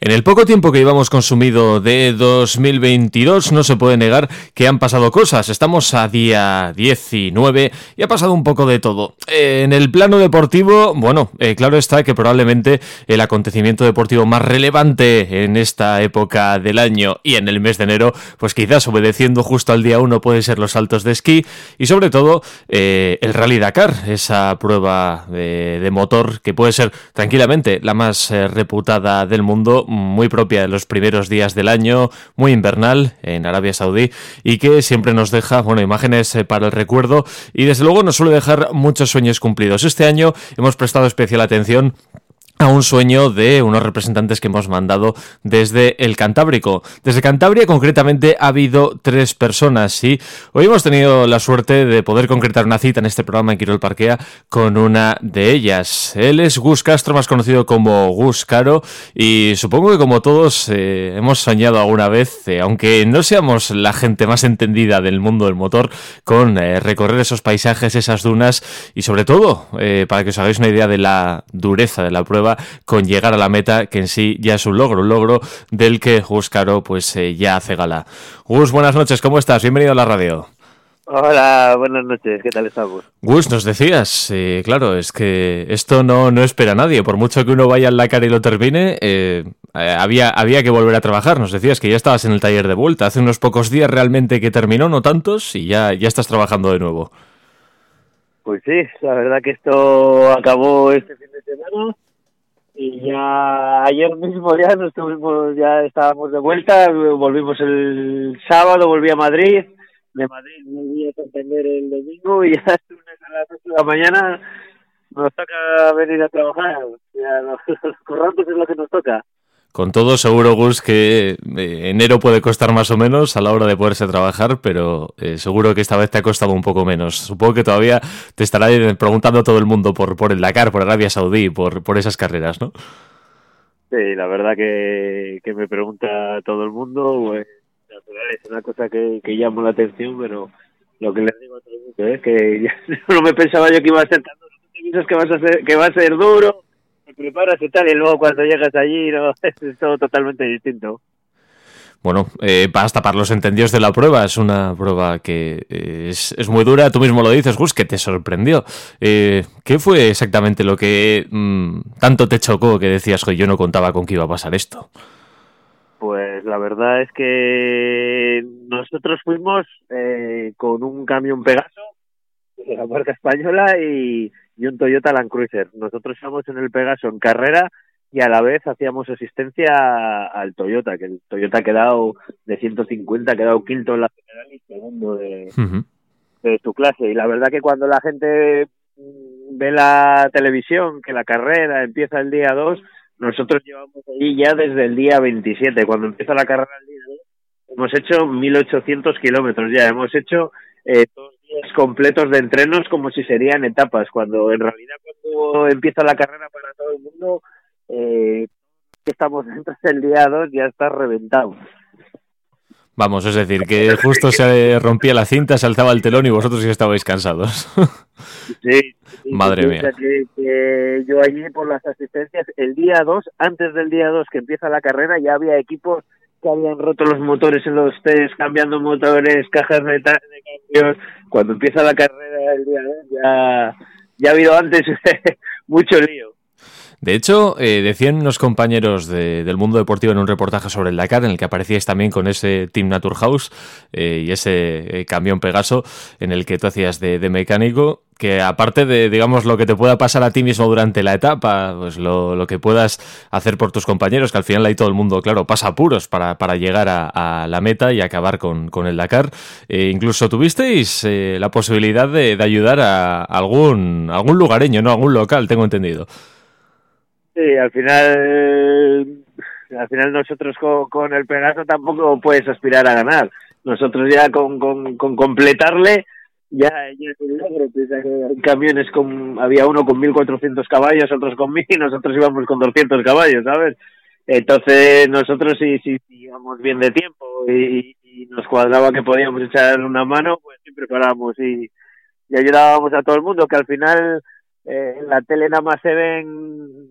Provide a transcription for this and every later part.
En el poco tiempo que llevamos consumido de 2022 no se puede negar que han pasado cosas. Estamos a día 19 y ha pasado un poco de todo. En el plano deportivo, claro está que probablemente el acontecimiento deportivo más relevante en esta época del año y en el mes de enero, pues quizás obedeciendo justo al día 1 puede ser los saltos de esquí y sobre todo el Rally Dakar, esa prueba de motor que puede ser tranquilamente la más reputada del mundo, muy propia de los primeros días del año, muy invernal en Arabia Saudí y que siempre nos deja imágenes para el recuerdo y desde luego nos suele dejar muchos sueños cumplidos. Este año hemos prestado especial atención a un sueño de unos representantes que hemos mandado desde el Cantábrico. Desde Cantabria, concretamente, ha habido 3 personas y hoy hemos tenido la suerte de poder concretar una cita en este programa en Quirol Parquea con una de ellas. Él es Gus Castro, más conocido como Gus Caro, y supongo que como todos hemos soñado alguna vez, aunque no seamos la gente más entendida del mundo del motor, con recorrer esos paisajes, esas dunas y sobre todo, para que os hagáis una idea de la dureza de la prueba, con llegar a la meta, que en sí ya es un logro del que Gus Caro ya hace gala. Gus, buenas noches, ¿cómo estás? Bienvenido a la radio. Hola, buenas noches, ¿qué tal estamos? Gus, nos decías, claro, es que esto no espera a nadie, por mucho que uno vaya al Dakar y lo termine, había que volver a trabajar. Nos decías que ya estabas en el taller de vuelta, hace unos pocos días realmente que terminó, no tantos, y ya estás trabajando de nuevo. Pues sí, la verdad que esto acabó este fin de semana y ya ayer mismo ya estábamos de vuelta, volvimos el sábado, volví a Madrid, de Madrid volví a Santander el domingo y ya el lunes a las 8 de la mañana nos toca venir a trabajar, ya los corrantes es lo que nos toca. Con todo, seguro, Gus, que enero puede costar más o menos a la hora de poderse trabajar, pero seguro que esta vez te ha costado un poco menos. Supongo que todavía te estará preguntando todo el mundo por el Dakar, por Arabia Saudí, por esas carreras, ¿no? Sí, la verdad que me pregunta todo el mundo, pues es una cosa que llama la atención, pero lo que les digo a todo el mundo es que ya no me pensaba yo que iba a ser tan duro. Tú te piensas que va a ser duro, te preparas y tal, y luego cuando llegas allí no, es todo totalmente distinto. Bueno, hasta para los entendidos de la prueba, es una prueba que es muy dura. Tú mismo lo dices, Gus, que te sorprendió. ¿Qué fue exactamente lo que tanto te chocó que decías, yo no contaba con que iba a pasar esto? Pues la verdad es que nosotros fuimos con un camión Pegaso de la marca española y un Toyota Land Cruiser. Nosotros íbamos en el Pegaso en carrera y a la vez hacíamos asistencia al Toyota, que el Toyota ha quedado de 150, ha quedado quinto en la general y segundo de su clase. Y la verdad que cuando la gente ve la televisión, que la carrera empieza el día 2, nosotros llevamos ahí ya desde el día 27. Cuando empieza la carrera el día 2, hemos hecho 1.800 kilómetros ya. Hemos hecho 2 días completos de entrenos como si serían etapas, cuando en realidad cuando empieza la carrera para todo el mundo, que estamos dentro del día 2 ya está reventado. Vamos, es decir, que justo se rompía la cinta, se alzaba el telón y vosotros ya estabais cansados. Sí. Madre mía. Que yo allí por las asistencias, el día 2, antes del día 2 que empieza la carrera, ya había equipos que habían roto los motores en los test, cambiando motores, cajas de cambios. Cuando empieza la carrera el día 2 ya ha habido antes mucho lío. De hecho, decían unos compañeros del mundo deportivo en un reportaje sobre el Dakar, en el que aparecíais también con ese Team Naturhaus y ese camión Pegaso, en el que tú hacías de mecánico, que aparte de, digamos, lo que te pueda pasar a ti mismo durante la etapa, pues lo que puedas hacer por tus compañeros, que al final ahí todo el mundo, claro, pasa apuros para llegar a la meta y acabar con el Dakar. Incluso tuvisteis la posibilidad de ayudar a algún lugareño, ¿no? Algún local, tengo entendido. Sí, al final nosotros con el Pegaso tampoco puedes aspirar a ganar. Nosotros ya con completarle ya es un logro. Piensa que hay camiones había uno con 1.400 caballos, otros con 1.000 y nosotros íbamos con 200 caballos, ¿sabes? Entonces nosotros si íbamos bien de tiempo y nos cuadraba que podíamos echar una mano, pues siempre parábamos y ayudábamos a todo el mundo, que al final en la tele nada más se ven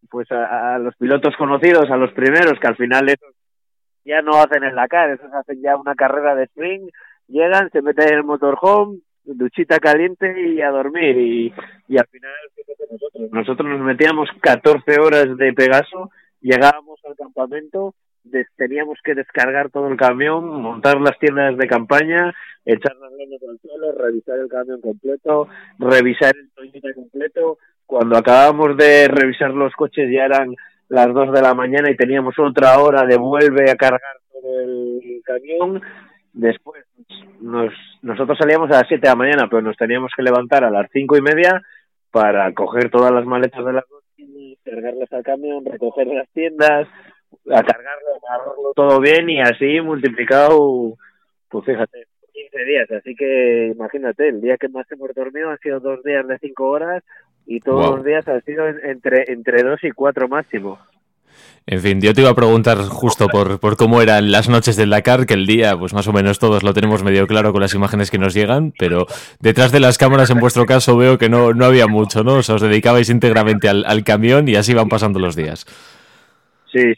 pues a los pilotos conocidos, a los primeros, que al final esos ya no hacen el Dakar, esos hacen ya una carrera de sprint, llegan, se meten en el motorhome, duchita caliente y a dormir, y al final, fíjate, nosotros nos metíamos 14 horas de Pegaso, llegábamos al campamento, teníamos que descargar todo el camión, montar las tiendas de campaña, echar las leñas al suelo, revisar el camión completo, revisar el Toyota completo. Cuando acabamos de revisar los coches ya eran las 2 de la mañana y teníamos otra hora de vuelve a cargar todo el camión. Después nosotros salíamos a las 7 de la mañana, pero nos teníamos que levantar a las 5:30 para coger todas las maletas de las cocinas, cargarlas al camión, recoger las tiendas, a cargarlo, agarrarlo todo bien, y así multiplicado, pues fíjate, 15 días. Así que imagínate, el día que más hemos dormido han sido 2 días de 5 horas y todos Wow. los días han sido entre 2 y 4 máximo. En fin, yo te iba a preguntar justo por cómo eran las noches del Dakar, que el día, pues más o menos todos lo tenemos medio claro con las imágenes que nos llegan, pero detrás de las cámaras, en vuestro caso, veo que no había mucho, ¿no? O sea, os dedicabais íntegramente al camión y así van pasando los días. Sí,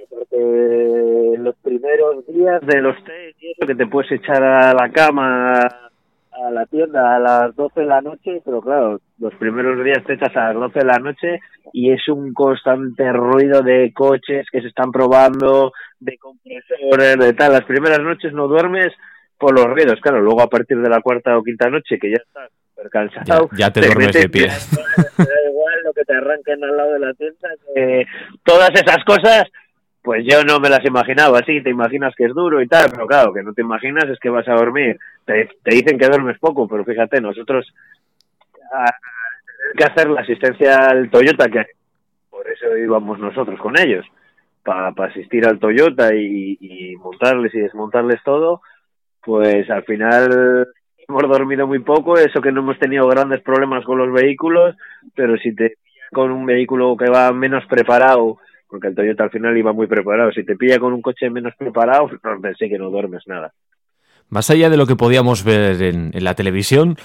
aparte los primeros días de los test y eso, que te puedes echar a la cama, a la tienda a las 12 de la noche, pero claro, los primeros días te echas a las 12 de la noche y es un constante ruido de coches que se están probando, de compresores, de tal. Las primeras noches no duermes por los ruidos, claro, luego a partir de la cuarta o quinta noche, que ya estás súper cansado, Ya te duermes de pie. te da igual lo que te arranquen al lado de la tienda, todas esas cosas. Pues yo no me las imaginaba así, te imaginas que es duro y tal, pero claro, que no te imaginas es que vas a dormir. Te dicen que duermes poco, pero fíjate, nosotros a tener que hacer la asistencia al Toyota, que por eso íbamos nosotros con ellos, para asistir al Toyota y montarles y desmontarles todo, pues al final hemos dormido muy poco, eso que no hemos tenido grandes problemas con los vehículos, pero si te pilla con un vehículo que va menos preparado, porque el Toyota al final iba muy preparado, si te pilla con un coche menos preparado, no pensé que no duermes nada. Más allá de lo que podíamos ver en la televisión,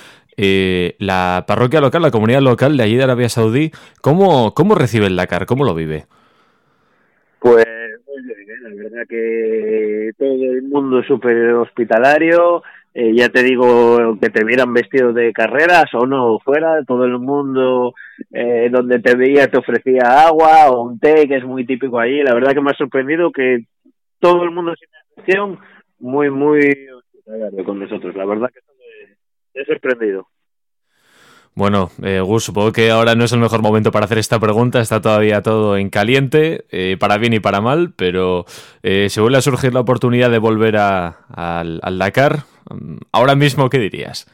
la parroquia local, la comunidad local de allí de Arabia Saudí, ¿cómo recibe el Dakar? ¿Cómo lo vive? Pues muy bien, la verdad que todo el mundo es súper hospitalario, ya te digo, que te vieran vestido de carreras o no fuera, todo el mundo donde te veía te ofrecía agua o un té, que es muy típico allí. La verdad que me ha sorprendido que todo el mundo sin excepción muy hospitalario con nosotros, la verdad que me he sorprendido. Bueno, Gus, supongo que ahora no es el mejor momento para hacer esta pregunta, está todavía todo en caliente, para bien y para mal, pero si vuelve a surgir la oportunidad de volver al Dakar, ahora mismo, ¿qué dirías?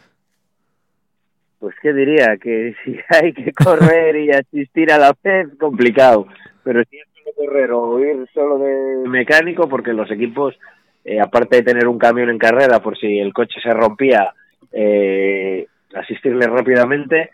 Pues qué diría, que si hay que correr y asistir a la vez, complicado, pero si es solo correr o ir solo de mecánico, porque los equipos, aparte de tener un camión en carrera por si el coche se rompía, asistirle rápidamente,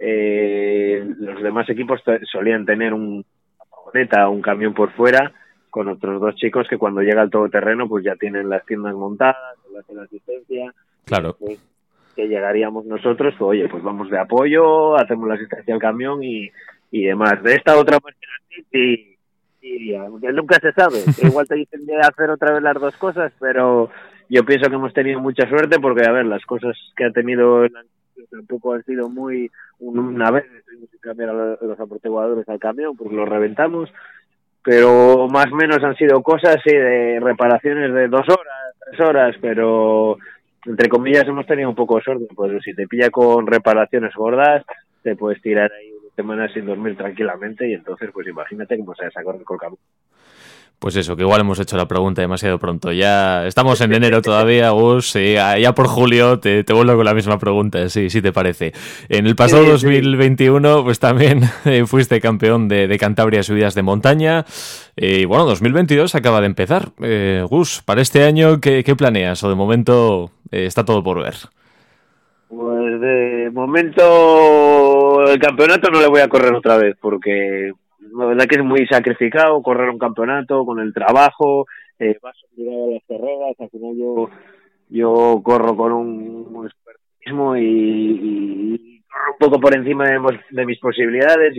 los demás equipos solían tener una furgoneta o un camión por fuera con otros 2 chicos que cuando llega el todoterreno pues ya tienen las tiendas montadas, le hacen asistencia. Claro. Que llegaríamos nosotros, pues oye, pues vamos de apoyo, hacemos la asistencia al camión y demás. De esta otra manera sí, aunque nunca se sabe, igual te dicen de hacer otra vez las dos cosas, pero yo pienso que hemos tenido mucha suerte porque, a ver, las cosas que ha tenido tampoco han sido muy... Una vez tuvimos que cambiar a los amortiguadores al camión porque los reventamos, pero más o menos han sido cosas de reparaciones de 2 horas, 3 horas, pero entre comillas hemos tenido un poco de suerte, pues si te pilla con reparaciones gordas, te puedes tirar ahí una semana sin dormir tranquilamente y entonces pues imagínate cómo se correr con el camión. Pues eso, que igual hemos hecho la pregunta demasiado pronto. Ya estamos en enero todavía, Gus. Sí, ya por julio te vuelvo con la misma pregunta, sí te parece. En el pasado 2021, pues también fuiste campeón de Cantabria Subidas de Montaña. Y bueno, 2022 acaba de empezar. Gus, para este año, ¿qué planeas? O de momento está todo por ver. Pues de momento el campeonato no le voy a correr otra vez porque la verdad que es muy sacrificado correr un campeonato con el trabajo, vas obligado a las carreras, al final yo corro con un expertismo y corro un poco por encima de mis posibilidades y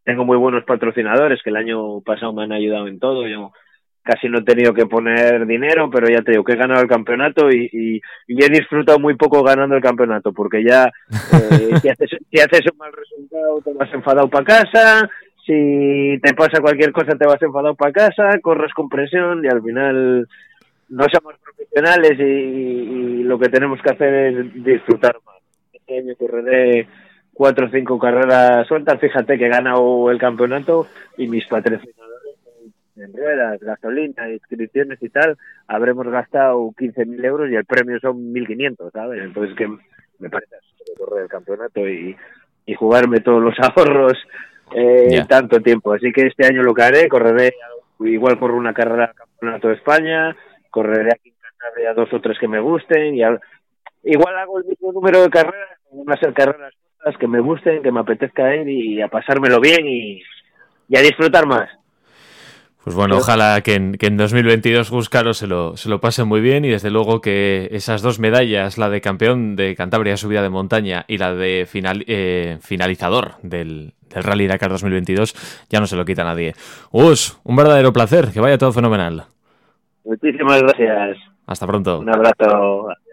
tengo muy buenos patrocinadores que el año pasado me han ayudado en todo. Yo casi no he tenido que poner dinero, pero ya te digo que he ganado el campeonato y he disfrutado muy poco ganando el campeonato, porque ya si haces un mal resultado te vas enfadado para casa, si te pasa cualquier cosa te vas enfadado para casa, corres con presión y al final no somos profesionales y lo que tenemos que hacer es disfrutar más. Este año correré 4 o 5 carreras sueltas, fíjate que he ganado el campeonato y mis patrocinadores en ruedas, gasolina, inscripciones y tal, habremos gastado 15.000 euros y el premio son 1.500, ¿sabes? Entonces que me parece absurdo correr el campeonato y jugarme todos los ahorros tanto tiempo. Así que este año lo que haré, correré igual por una carrera al Campeonato de España, correré aquí en Cantabria 2 o 3 que me gusten y igual hago el mismo número de carreras, van a ser carreras que me gusten, que me apetezca ir y a pasármelo bien y a disfrutar más. Pues bueno, ojalá que en 2022 Gúscaro se lo pase muy bien y desde luego que esas 2 medallas, la de campeón de Cantabria subida de montaña y la de finalizador del Rally Dakar 2022, ya no se lo quita nadie. Gus, un verdadero placer, que vaya todo fenomenal. Muchísimas gracias. Hasta pronto. Un abrazo.